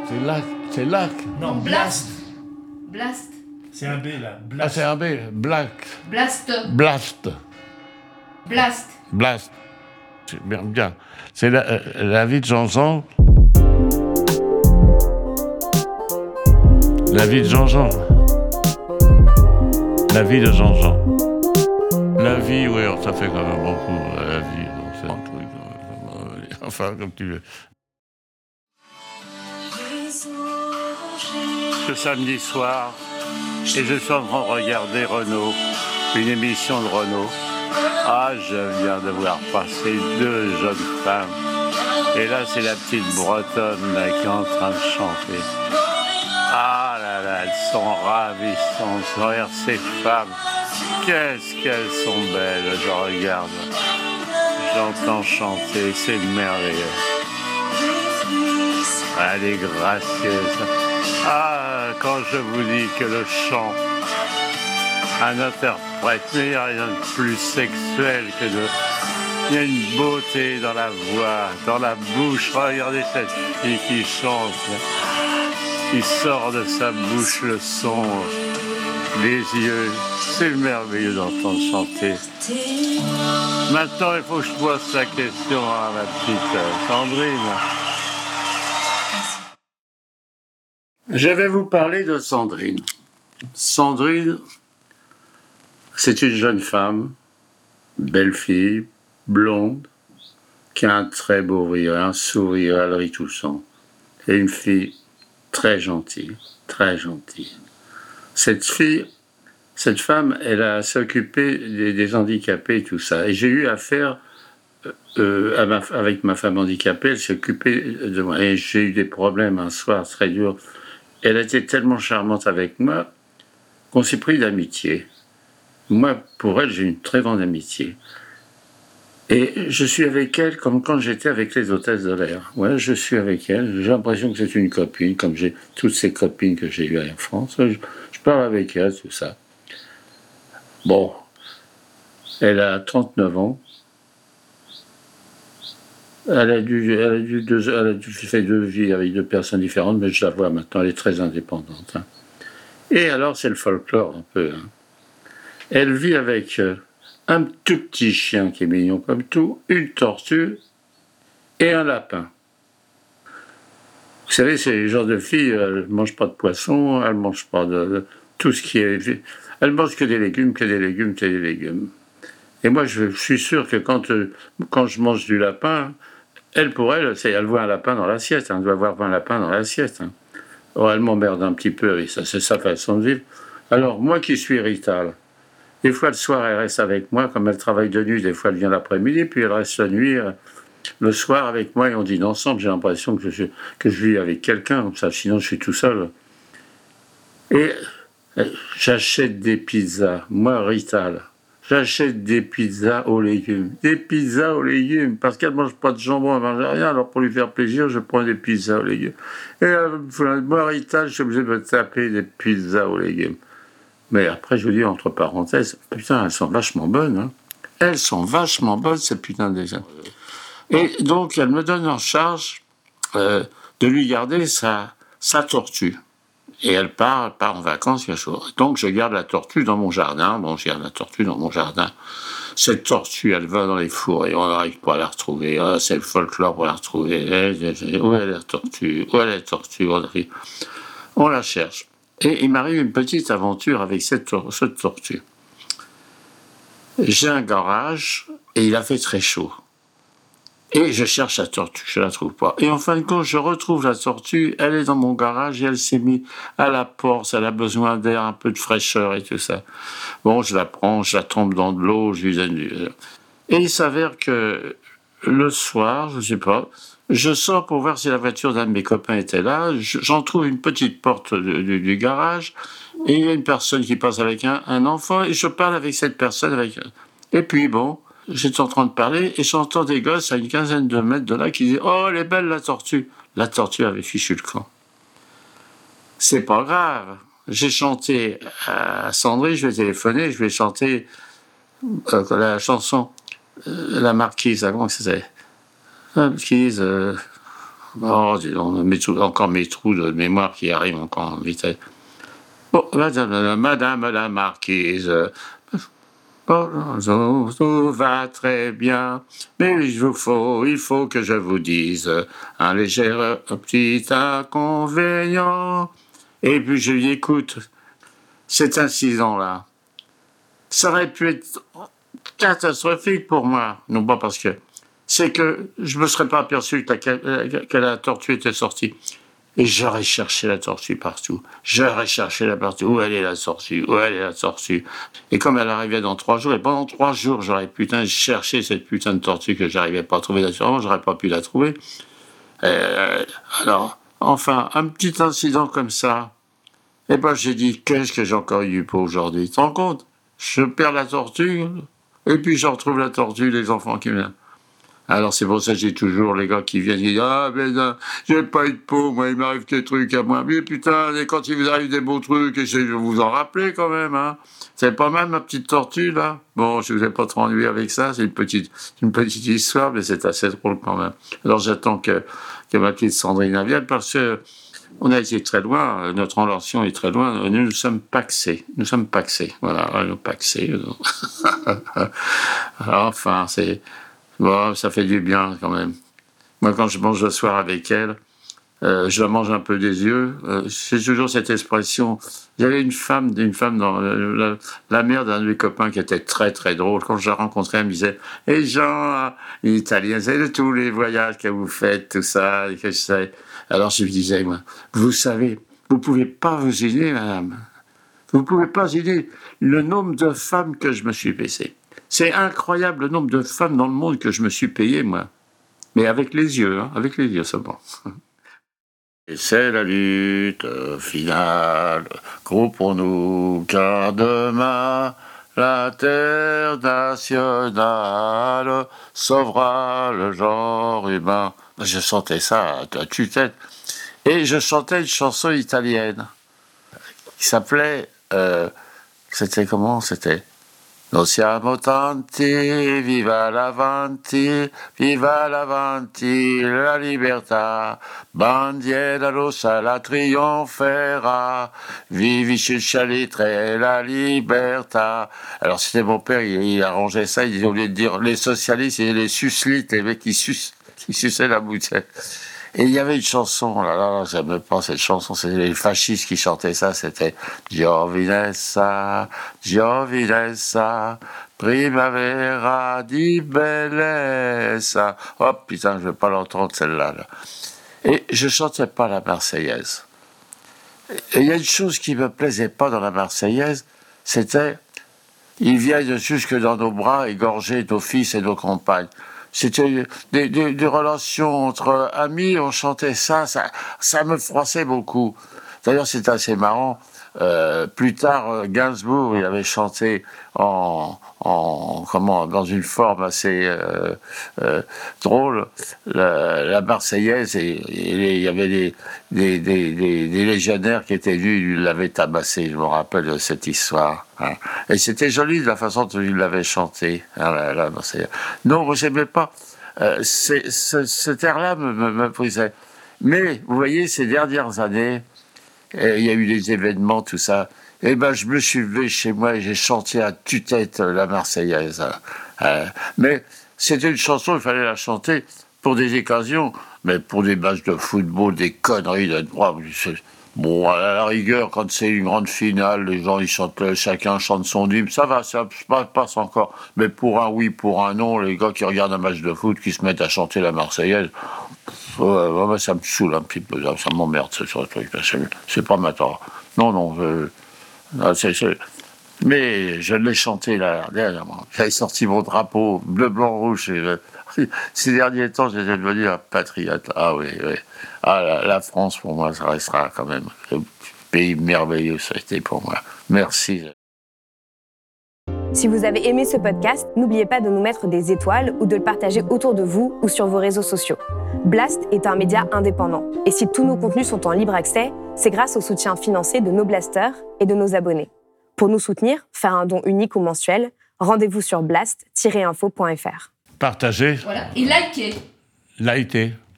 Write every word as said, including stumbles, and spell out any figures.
C'est lac. C'est lac. Non, blast. Blast. C'est un B là. Ah, Blast. c'est un B. Black. Blast. Blast. Blast. Blast. C'est bien, bien. C'est la, euh, la vie de Jean-Jean. La vie de Jean-Jean. La vie de Jean-Jean. La vie, oui, alors ça fait quand même beaucoup. La vie, donc c'est un truc. euh, Enfin, comme tu veux. Ce samedi soir, et je suis en train de regarder Renaud, une émission de Renaud. Ah, je viens de voir passer deux jeunes femmes. Et là, c'est la petite Bretonne là, qui est en train de chanter. Ah là là, elles sont ravissantes. Je regarde ces femmes. Qu'est-ce qu'elles sont belles. Je regarde. J'entends chanter. C'est merveilleux. Elle est gracieuse. Ah, quand je vous dis que le chant, un interprète, mais il n'y a rien de plus sexuel que de... Il y a une beauté dans la voix, dans la bouche. Regardez cette fille qui chante. Il sort de sa bouche le son, les yeux. C'est merveilleux d'entendre chanter. Maintenant, il faut que je pose la question à ma petite Sandrine. Je vais vous parler de Sandrine. Sandrine, c'est une jeune femme, belle fille, blonde, qui a un très beau rire, un sourire, elle rit tout le temps. C'est une fille très gentille, très gentille. Cette fille, cette femme, elle a s'occupé des, des handicapés et tout ça. Et j'ai eu affaire euh, à ma, avec ma femme handicapée, elle s'est occupée de moi. Et j'ai eu des problèmes un soir très durs. Elle était tellement charmante avec moi qu'on s'est pris d'amitié. Moi, pour elle, j'ai une très grande amitié. Et je suis avec elle comme quand j'étais avec les hôtesses de l'air. Ouais, je suis avec elle. J'ai l'impression que c'est une copine, comme j'ai toutes ces copines que j'ai eues en France. Je, je parle avec elle, tout ça. Bon, elle a trente-neuf ans. Elle a dû, elle a dû, deux, elle a dû faire deux vies avec deux personnes différentes, mais je la vois maintenant, elle est très indépendante. Hein. Et alors, c'est le folklore un peu. Hein. Elle vit avec euh, un tout petit chien qui est mignon comme tout, une tortue et un lapin. Vous savez, c'est le genre de fille, elle ne mange pas de poisson, elle ne mange pas de, de tout ce qui est... Elle mange que des légumes, que des légumes, que des légumes. Et moi, je, je suis sûr que quand, euh, quand je mange du lapin, elle, pour elle, c'est, elle voit un lapin dans l'assiette. Hein, elle doit voir un lapin dans l'assiette. Hein. Or, elle m'emmerde un petit peu, et ça, c'est sa façon de vivre. Alors, moi qui suis Rital, des fois, le soir, elle reste avec moi, comme elle travaille de nuit, des fois, elle vient l'après-midi, puis elle reste la nuit, euh, le soir avec moi, et on dîne ensemble. J'ai l'impression que je, que je vis avec quelqu'un, comme ça, sinon je suis tout seul. Et euh, j'achète des pizzas, moi, Rital. J'achète des pizzas aux légumes. Des pizzas aux légumes. Parce qu'elle ne mange pas de jambon, elle ne mange rien. Alors, pour lui faire plaisir, je prends des pizzas aux légumes. Et euh, moi, Rital, je suis obligé de me taper des pizzas aux légumes. Mais après, je vous dis, entre parenthèses, putain, elles sont vachement bonnes. Hein. Elles sont vachement bonnes, ces putains de gens. Et donc, elle me donne en charge euh, de lui garder sa, sa tortue. Et elle part, elle part en vacances, il y a chaud. Donc, je garde la tortue dans mon jardin. Bon, je garde la tortue dans mon jardin. Cette tortue, elle va dans les fourrés. On n'arrive pas à la retrouver. Ah, c'est le folklore pour la retrouver. Où est la tortue? Où est la tortue? On la cherche. Et il m'arrive une petite aventure avec cette, tor- cette tortue. J'ai un garage et il a fait très chaud. Et je cherche la tortue, je la trouve pas. Et en fin de compte, je retrouve la tortue, elle est dans mon garage et elle s'est mise à la porte, elle a besoin d'air, un peu de fraîcheur et tout ça. Bon, je la prends, je la trempe dans de l'eau, je lui donne du... Et il s'avère que le soir, je sais pas, je sors pour voir si la voiture d'un de mes copains était là, j'en trouve une petite porte du, du, du garage, et il y a une personne qui passe avec un, un enfant, et je parle avec cette personne, avec... Et puis bon... J'étais en train de parler et j'entends des gosses à une quinzaine de mètres de là qui disent « Oh, elle est belle la tortue !» La tortue avait fichu le camp. C'est pas grave. J'ai chanté à Sandrine, je vais téléphoner, je vais chanter euh, la chanson euh, La Marquise, comment ça s'appelle La Marquise, euh, Oh, dis donc, mes trous- encore mes trous de mémoire qui arrivent encore en vitesse. Bon, madame, madame la marquise, bon, tout va très bien, mais il vous faut, il faut que je vous dise un léger euh, petit inconvénient. Et puis je lui dis, écoute, cet incident-là, ça aurait pu être catastrophique pour moi. Non pas parce que c'est que je me serais pas aperçu que la, que la tortue était sortie. Et j'aurais cherché la tortue partout. J'aurais cherché la partout. Où elle est la tortue? Où elle est la tortue? Et comme elle arrivait dans trois jours, et pendant trois jours, j'aurais putain cherché cette putain de tortue que j'arrivais pas à trouver naturellement, j'aurais pas pu la trouver. Euh, alors, enfin, un petit incident comme ça. Et ben, j'ai dit, qu'est-ce que j'ai encore eu pour aujourd'hui? Tu te rends compte? Je perds la tortue, et puis je retrouve la tortue, les enfants qui viennent. Alors c'est pour ça que j'ai toujours les gars qui viennent, qui disent « Ah, mais non, j'ai pas eu de peau, moi, il m'arrive des trucs à moi. » Mais putain, et quand il vous arrive des beaux trucs, essayez de vous en rappeler quand même, hein. C'est pas mal, ma petite tortue, là. Bon, je vous ai pas trop ennuyé avec ça, c'est une petite, une petite histoire, mais c'est assez drôle quand même. Alors j'attends que, que ma petite Sandrine vienne, parce que on a été très loin, notre relation est très loin, nous nous sommes paxés, nous sommes paxés, voilà, nous paxés. Enfin, c'est... Bon, ça fait du bien quand même. Moi, quand je mange le soir avec elle, euh, je la mange un peu des yeux. Euh, c'est toujours cette expression. Il y avait une femme, une femme dans euh, la, la mère d'un de mes copains qui était très très drôle. Quand je la rencontrais, elle me disait « Et Jean, l'Italien, c'est de tous les voyages que vous faites, tout ça, que je sais. » Alors je lui disais, moi, vous savez, vous pouvez pas vous aider, madame. Vous pouvez pas aider le nombre de femmes que je me suis baissé. C'est incroyable le nombre de femmes dans le monde que je me suis payé, moi. Mais avec les yeux, hein, avec les yeux seulement. Et c'est la lutte finale, groupons-nous, car demain, la terre nationale sauvera le genre humain. Je chantais ça à tue-tête. Et je chantais une chanson italienne qui s'appelait... Euh, c'était comment? C'était... Noi siamo tanti, viva l'avanti, viva l'avanti, la libertà, bandiera rossa la trionfera, vivi il chalitre et la libertà. Alors c'était mon père, il, il arrangeait ça, il disait, au lieu de dire les socialistes, il disait les suslites, les mecs qui, sus, qui suçaient la bouteille. Et il y avait une chanson, là, là, ça me pas cette chanson, c'est les fascistes qui chantaient ça, c'était Giovinezza, Giovinezza, primavera di bellezza. Oh putain, je vais pas l'entendre celle-là, là. Et je chantais pas la Marseillaise. Et il y a une chose qui me plaisait pas dans la Marseillaise, c'était ils viennent jusque dans nos bras égorger nos fils et nos compagnes. C'était des, des, des relations entre amis, on chantait ça, ça, ça me froissait beaucoup. D'ailleurs, c'est assez marrant. Euh, plus tard, Gainsbourg, il avait chanté en, en comment, dans une forme assez euh, euh, drôle, la, la Marseillaise, et, et il y avait des, des, des, des, des légionnaires qui étaient venus, ils l'avaient tabassé, je me rappelle de cette histoire. Hein. Et c'était joli de la façon dont il l'avait chanté, hein, la, la Marseillaise. Non, moi, j'aimais pas. Euh, c'est, ce, cet air-là me, me, me brisait. Mais, vous voyez, ces dernières années, et il y a eu des événements, tout ça. Et ben, je me suis levé chez moi et j'ai chanté à tue-tête la Marseillaise. Euh, mais c'était une chanson, il fallait la chanter pour des occasions, mais pour des matchs de football, des conneries de droit. Bon, à la rigueur, quand c'est une grande finale, les gens ils chantent, chacun chante son hymne, ça va, ça passe encore. Mais pour un oui, pour un non, les gars qui regardent un match de foot, qui se mettent à chanter la Marseillaise. Ouais, ouais, ça me saoule un petit peu, ça m'emmerde ce truc. C'est pas ma tort. Non, non, je, c'est, c'est, mais je l'ai chanté là, dernièrement. J'avais sorti mon drapeau bleu, blanc, rouge. Et, ces derniers temps, j'étais devenu un patriote. Ah oui, oui. Ah, la, la France, pour moi, ça restera quand même le pays merveilleux, ça a été pour moi. Merci. Si vous avez aimé ce podcast, n'oubliez pas de nous mettre des étoiles ou de le partager autour de vous ou sur vos réseaux sociaux. Blast est un média indépendant. Et si tous nos contenus sont en libre accès, c'est grâce au soutien financier de nos blasters et de nos abonnés. Pour nous soutenir, faire un don unique ou mensuel, rendez-vous sur blast tiret info point f r. Partagez. Voilà. Et likez. Likez.